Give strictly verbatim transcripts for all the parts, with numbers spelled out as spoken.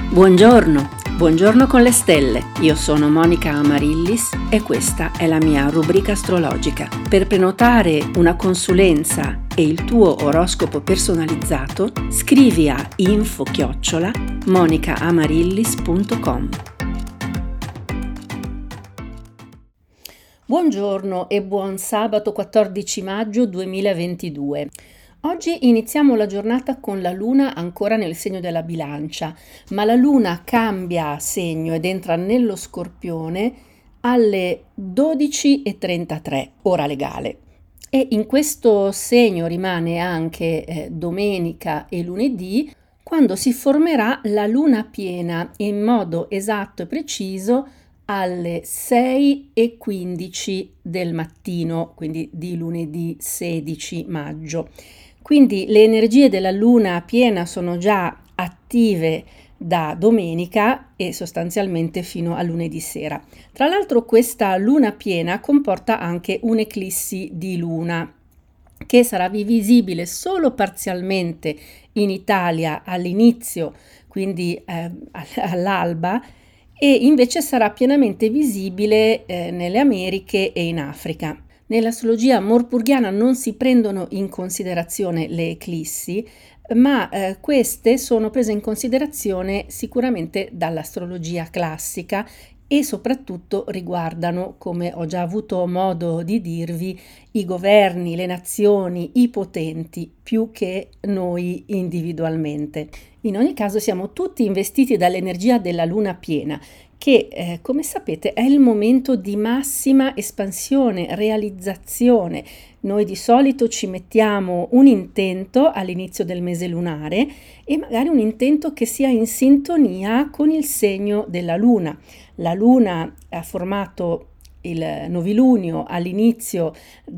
Buongiorno, buongiorno con le stelle. Io sono Monica Amarillis e questa è la mia rubrica astrologica. Per prenotare una consulenza e il tuo oroscopo personalizzato, scrivi a info chiocciola monicamarillis punto com. Buongiorno e buon sabato quattordici maggio duemilaventidue. Oggi iniziamo la giornata con la luna ancora nel segno della bilancia, ma la luna cambia segno ed entra nello Scorpione alle dodici e trentatré, ora legale. E in questo segno rimane anche eh, domenica e lunedì, quando si formerà la luna piena in modo esatto e preciso alle sei e quindici del mattino, quindi di lunedì sedici maggio. Quindi le energie della luna piena sono già attive da domenica e sostanzialmente fino a lunedì sera. Tra l'altro questa luna piena comporta anche un'eclissi di luna che sarà visibile solo parzialmente in Italia all'inizio, quindi eh, all'alba, e invece sarà pienamente visibile eh, nelle Americhe e in Africa. Nell'astrologia morpurghiana non si prendono in considerazione le eclissi, ma eh, queste sono prese in considerazione sicuramente dall'astrologia classica e soprattutto riguardano, come ho già avuto modo di dirvi, i governi, le nazioni, i potenti, più che noi individualmente. In ogni caso siamo tutti investiti dall'energia della luna piena, che eh, come sapete è il momento di massima espansione, realizzazione. Noi di solito ci mettiamo un intento all'inizio del mese lunare e magari un intento che sia in sintonia con il segno della luna. La luna ha formato il novilunio all'inizio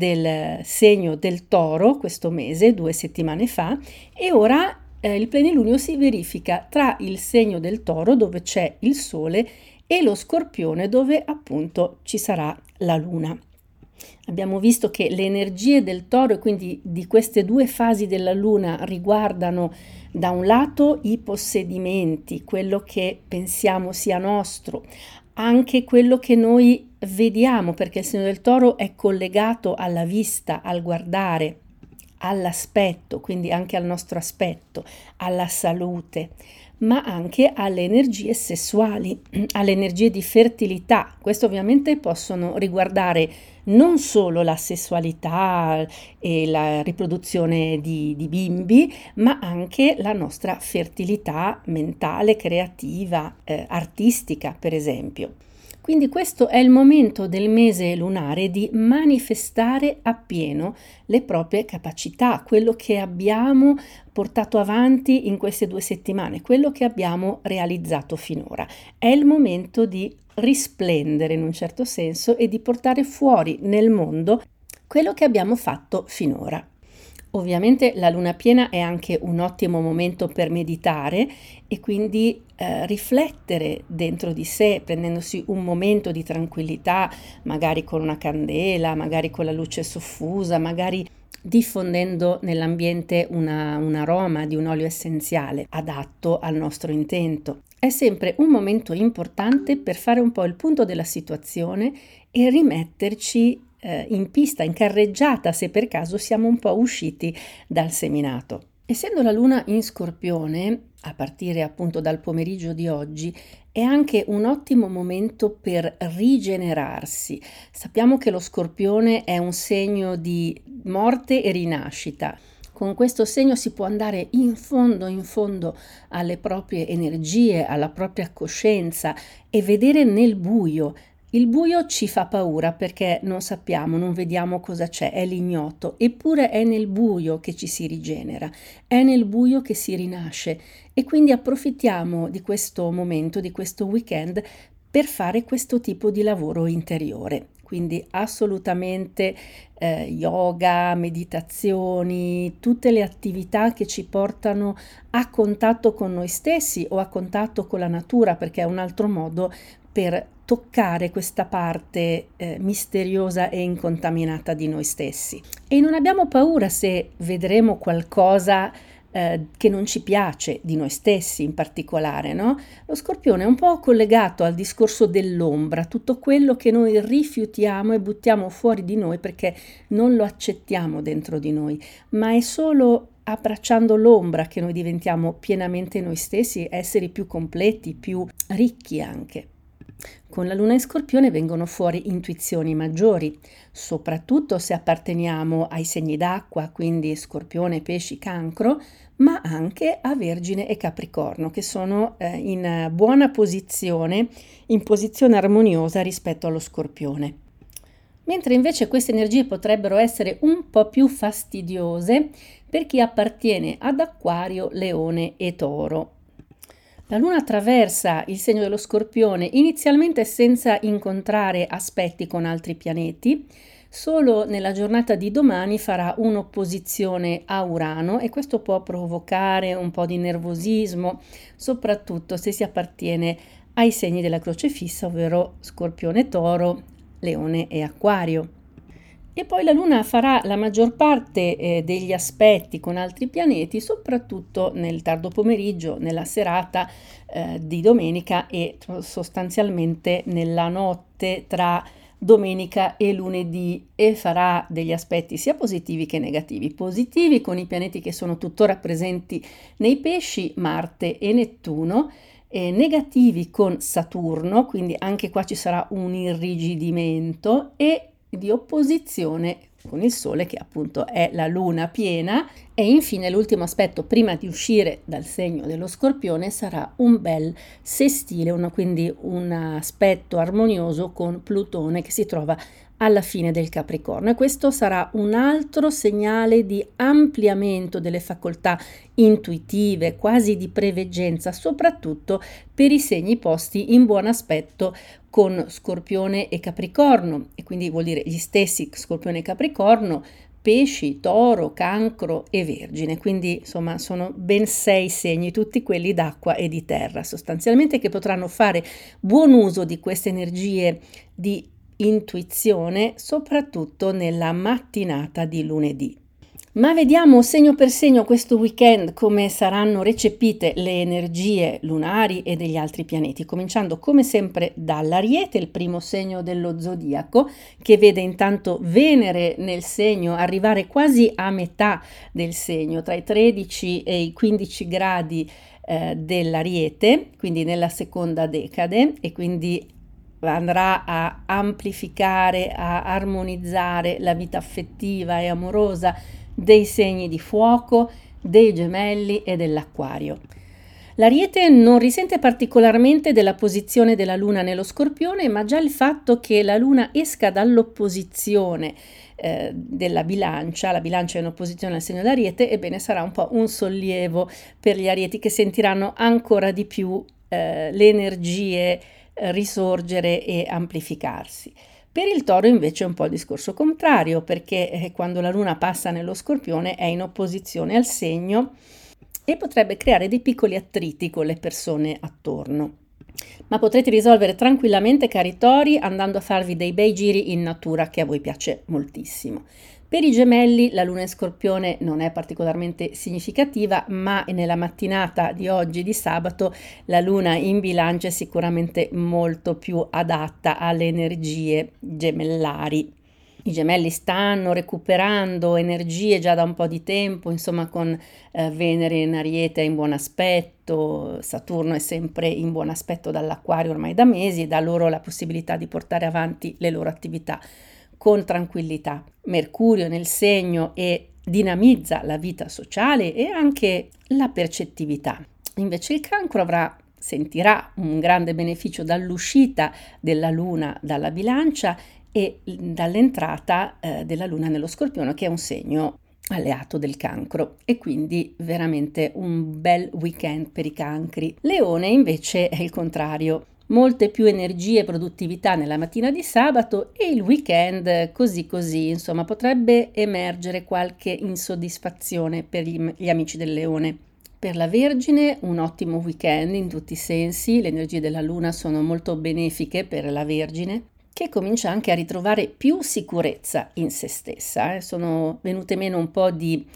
del segno del Toro questo mese, due settimane fa, e ora eh, il plenilunio si verifica tra il segno del Toro, dove c'è il Sole, e lo Scorpione, dove appunto ci sarà la Luna. Abbiamo visto che le energie del Toro e quindi di queste due fasi della Luna riguardano da un lato i possedimenti, quello che pensiamo sia nostro, anche quello che noi vediamo, perché il segno del Toro è collegato alla vista, al guardare, all'aspetto, quindi anche al nostro aspetto, alla salute, ma anche alle energie sessuali, alle energie di fertilità. Questo ovviamente possono riguardare non solo la sessualità e la riproduzione di, di bimbi, ma anche la nostra fertilità mentale, creativa, eh, artistica, per esempio. Quindi questo è il momento del mese lunare di manifestare appieno le proprie capacità, quello che abbiamo portato avanti in queste due settimane, quello che abbiamo realizzato finora. È il momento di risplendere in un certo senso e di portare fuori nel mondo quello che abbiamo fatto finora. Ovviamente la luna piena è anche un ottimo momento per meditare e quindi eh, riflettere dentro di sé, prendendosi un momento di tranquillità, magari con una candela, magari con la luce soffusa, magari diffondendo nell'ambiente una, un aroma di un olio essenziale adatto al nostro intento. È sempre un momento importante per fare un po' il punto della situazione e rimetterci eh, in pista, in carreggiata, se per caso siamo un po' usciti dal seminato. Essendo la luna in Scorpione, a partire appunto dal pomeriggio di oggi, è anche un ottimo momento per rigenerarsi. Sappiamo che lo Scorpione è un segno di morte e rinascita. Con questo segno si può andare in fondo, in fondo alle proprie energie, alla propria coscienza e vedere nel buio. Il buio ci fa paura perché non sappiamo, non vediamo cosa c'è, è l'ignoto, eppure è nel buio che ci si rigenera, è nel buio che si rinasce e quindi approfittiamo di questo momento, di questo weekend per fare questo tipo di lavoro interiore. Quindi assolutamente eh, yoga, meditazioni, tutte le attività che ci portano a contatto con noi stessi o a contatto con la natura, perché è un altro modo per toccare questa parte eh, misteriosa e incontaminata di noi stessi. E non abbiamo paura se vedremo qualcosa eh, che non ci piace di noi stessi in particolare, no? Lo Scorpione è un po' collegato al discorso dell'ombra, tutto quello che noi rifiutiamo e buttiamo fuori di noi perché non lo accettiamo dentro di noi, ma è solo abbracciando l'ombra che noi diventiamo pienamente noi stessi, esseri più completi, più ricchi anche. Con la luna in Scorpione vengono fuori intuizioni maggiori, soprattutto se apparteniamo ai segni d'acqua, quindi Scorpione, Pesci, Cancro, ma anche a Vergine e Capricorno, che sono eh, in buona posizione, in posizione armoniosa rispetto allo Scorpione. Mentre invece queste energie potrebbero essere un po' più fastidiose per chi appartiene ad Acquario, Leone e Toro. La Luna attraversa il segno dello Scorpione inizialmente senza incontrare aspetti con altri pianeti, solo nella giornata di domani farà un'opposizione a Urano e questo può provocare un po' di nervosismo, soprattutto se si appartiene ai segni della croce fissa, ovvero Scorpione, Toro, Leone e Acquario. E poi la Luna farà la maggior parte eh, degli aspetti con altri pianeti, soprattutto nel tardo pomeriggio, nella serata eh, di domenica e sostanzialmente nella notte tra domenica e lunedì, e farà degli aspetti sia positivi che negativi. Positivi con i pianeti che sono tuttora presenti nei pesci, Marte e Nettuno, e negativi con Saturno, quindi anche qua ci sarà un irrigidimento, e di opposizione con il Sole, che appunto è la luna piena. E infine l'ultimo aspetto prima di uscire dal segno dello Scorpione sarà un bel sestile, una, quindi un aspetto armonioso con Plutone che si trova alla fine del Capricorno, e questo sarà un altro segnale di ampliamento delle facoltà intuitive, quasi di preveggenza, soprattutto per i segni posti in buon aspetto con Scorpione e Capricorno, e quindi vuol dire gli stessi Scorpione e Capricorno, Pesci, Toro, Cancro e Vergine. Quindi insomma sono ben sei segni, tutti quelli d'acqua e di terra sostanzialmente, che potranno fare buon uso di queste energie di intuizione soprattutto nella mattinata di lunedì. Ma vediamo segno per segno questo weekend come saranno recepite le energie lunari e degli altri pianeti, cominciando come sempre dall'Ariete, il primo segno dello zodiaco, che vede intanto Venere nel segno arrivare quasi a metà del segno, tra i tredici e i quindici gradi eh, dell'Ariete, quindi nella seconda decade, e quindi andrà a amplificare, a armonizzare la vita affettiva e amorosa dei segni di fuoco, dei Gemelli e dell'Acquario. L'Ariete non risente particolarmente della posizione della Luna nello Scorpione, ma già il fatto che la Luna esca dall'opposizione eh, della Bilancia, la Bilancia è in opposizione al segno d'Ariete, ebbene sarà un po' un sollievo per gli Arieti, che sentiranno ancora di più eh, le energie eh, risorgere e amplificarsi. Per il Toro invece è un po' il discorso contrario, perché eh, quando la Luna passa nello Scorpione è in opposizione al segno e potrebbe creare dei piccoli attriti con le persone attorno. Ma potrete risolvere tranquillamente, cari Tori, andando a farvi dei bei giri in natura, che a voi piace moltissimo. Per i Gemelli la Luna in Scorpione non è particolarmente significativa, ma nella mattinata di oggi, di sabato, la Luna in Bilancia è sicuramente molto più adatta alle energie gemellari. I Gemelli stanno recuperando energie già da un po' di tempo, insomma con eh, Venere in Ariete in buon aspetto, Saturno è sempre in buon aspetto dall'Acquario ormai da mesi, e dà loro la possibilità di portare avanti le loro attività con tranquillità. Mercurio nel segno e dinamizza la vita sociale e anche la percettività. Invece il Cancro avrà sentirà un grande beneficio dall'uscita della Luna dalla Bilancia e dall'entrata eh, della Luna nello Scorpione, che è un segno alleato del Cancro, e quindi veramente un bel weekend per i cancri. Leone invece è il contrario. Molte più energie e produttività nella mattina di sabato, e il weekend così così, insomma potrebbe emergere qualche insoddisfazione per gli, gli amici del Leone. Per la Vergine un ottimo weekend in tutti i sensi, le energie della Luna sono molto benefiche per la Vergine, che comincia anche a ritrovare più sicurezza in se stessa. Eh. Sono venute meno un po' di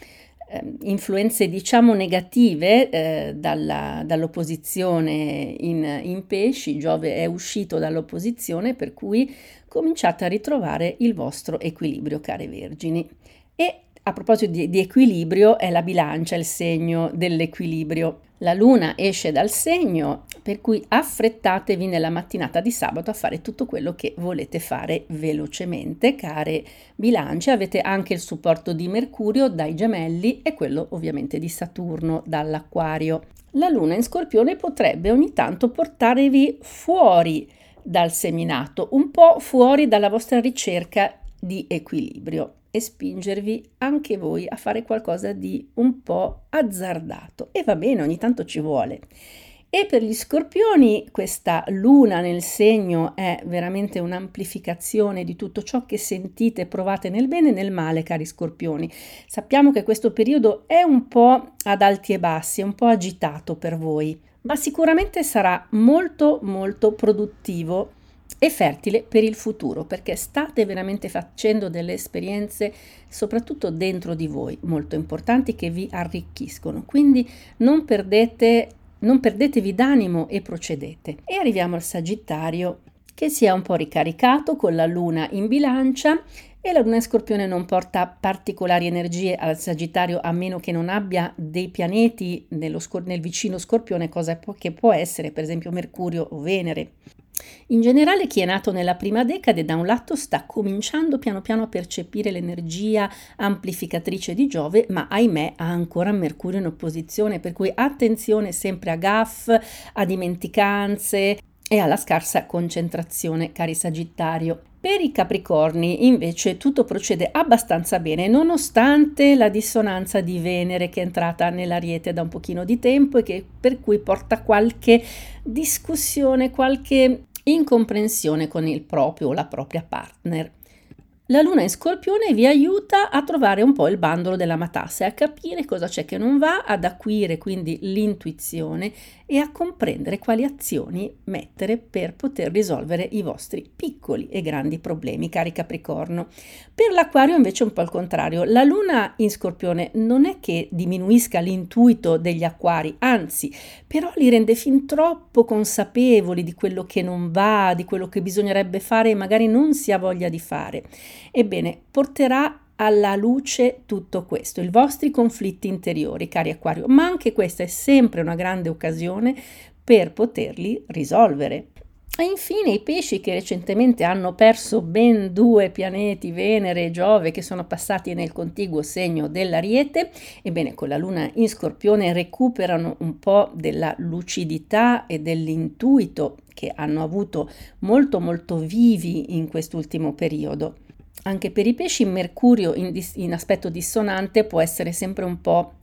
eh, influenze diciamo negative eh, dalla, dall'opposizione in, in pesci. Giove è uscito dall'opposizione, per cui cominciate a ritrovare il vostro equilibrio, care vergini. E a proposito di, di equilibrio, è la bilancia il segno dell'equilibrio. La luna esce dal segno, per cui affrettatevi nella mattinata di sabato a fare tutto quello che volete fare velocemente, care bilance. Avete anche il supporto di Mercurio dai Gemelli e quello ovviamente di Saturno dall'Acquario. La luna in Scorpione potrebbe ogni tanto portarvi fuori dal seminato, un po' fuori dalla vostra ricerca di equilibrio, e spingervi anche voi a fare qualcosa di un po' azzardato. E va bene, ogni tanto ci vuole. E per gli Scorpioni questa luna nel segno è veramente un'amplificazione di tutto ciò che sentite e provate nel bene e nel male, cari Scorpioni. Sappiamo che questo periodo è un po' ad alti e bassi, è un po' agitato per voi, ma sicuramente sarà molto molto produttivo e fertile per il futuro, perché state veramente facendo delle esperienze, soprattutto dentro di voi, molto importanti, che vi arricchiscono. Quindi non perdete, non perdetevi d'animo e procedete. E arriviamo al Sagittario, che si è un po' ricaricato con la luna in bilancia, e la luna in Scorpione non porta particolari energie al Sagittario, a meno che non abbia dei pianeti nello scor- nel vicino Scorpione, cosa che può essere per esempio Mercurio o Venere. In generale, chi è nato nella prima decade da un lato sta cominciando piano piano a percepire l'energia amplificatrice di Giove, ma ahimè ha ancora Mercurio in opposizione, per cui attenzione sempre a gaffe, a dimenticanze e alla scarsa concentrazione, cari Sagittario. Per i Capricorni invece tutto procede abbastanza bene, nonostante la dissonanza di Venere che è entrata nell'Ariete da un pochino di tempo e che per cui porta qualche discussione, qualche incomprensione con il proprio o la propria partner. La luna in Scorpione vi aiuta a trovare un po' il bandolo della matassa e a capire cosa c'è che non va, ad acuire quindi l'intuizione e a comprendere quali azioni mettere per poter risolvere i vostri piccoli e grandi problemi, cari Capricorno. Per l'Acquario invece è un po' il contrario. La luna in Scorpione non è che diminuisca l'intuito degli acquari, anzi, però li rende fin troppo consapevoli di quello che non va, di quello che bisognerebbe fare e magari non si ha voglia di fare. Ebbene, porterà alla luce tutto questo, i vostri conflitti interiori, cari Acquario, ma anche questa è sempre una grande occasione per poterli risolvere. E infine i pesci, che recentemente hanno perso ben due pianeti, Venere e Giove, che sono passati nel contiguo segno dell'Ariete, ebbene con la luna in Scorpione recuperano un po' della lucidità e dell'intuito che hanno avuto molto molto vivi in quest'ultimo periodo. Anche per i pesci Mercurio in, dis- in aspetto dissonante può essere sempre un po'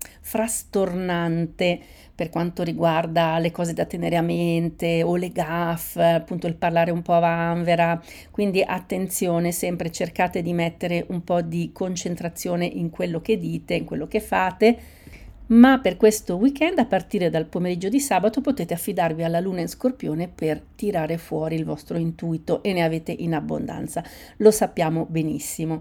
frastornante per quanto riguarda le cose da tenere a mente o le gaffe, appunto il parlare un po' a vanvera, quindi attenzione, sempre cercate di mettere un po' di concentrazione in quello che dite, in quello che fate. Ma per questo weekend, a partire dal pomeriggio di sabato, potete affidarvi alla luna in Scorpione per tirare fuori il vostro intuito e ne avete in abbondanza, lo sappiamo benissimo.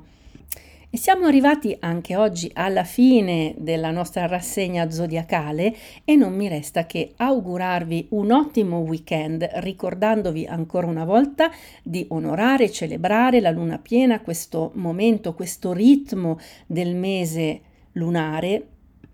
E siamo arrivati anche oggi alla fine della nostra rassegna zodiacale e non mi resta che augurarvi un ottimo weekend, ricordandovi ancora una volta di onorare e celebrare la luna piena, questo momento, questo ritmo del mese lunare,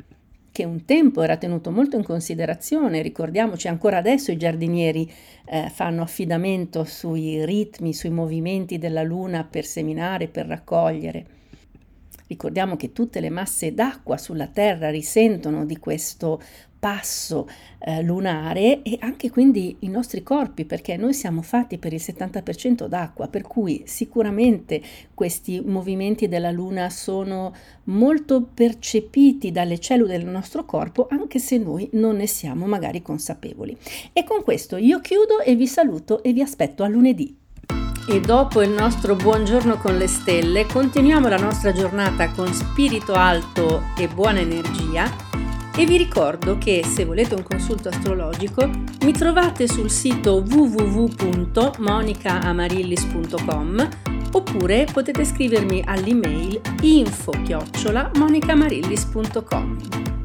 che un tempo era tenuto molto in considerazione. Ricordiamoci, ancora adesso i giardinieri eh, fanno affidamento sui ritmi, sui movimenti della luna per seminare, per raccogliere. Ricordiamo che tutte le masse d'acqua sulla Terra risentono di questo passo eh, lunare e anche quindi i nostri corpi, perché noi siamo fatti per il settanta per cento d'acqua, per cui sicuramente questi movimenti della luna sono molto percepiti dalle cellule del nostro corpo, anche se noi non ne siamo magari consapevoli. E con questo io chiudo e vi saluto e vi aspetto a lunedì. E dopo il nostro buongiorno con le stelle, continuiamo la nostra giornata con spirito alto e buona energia. E vi ricordo che se volete un consulto astrologico mi trovate sul sito w w w punto monica amarillis punto com oppure potete scrivermi all'email info chiocciola monicamarillis punto com.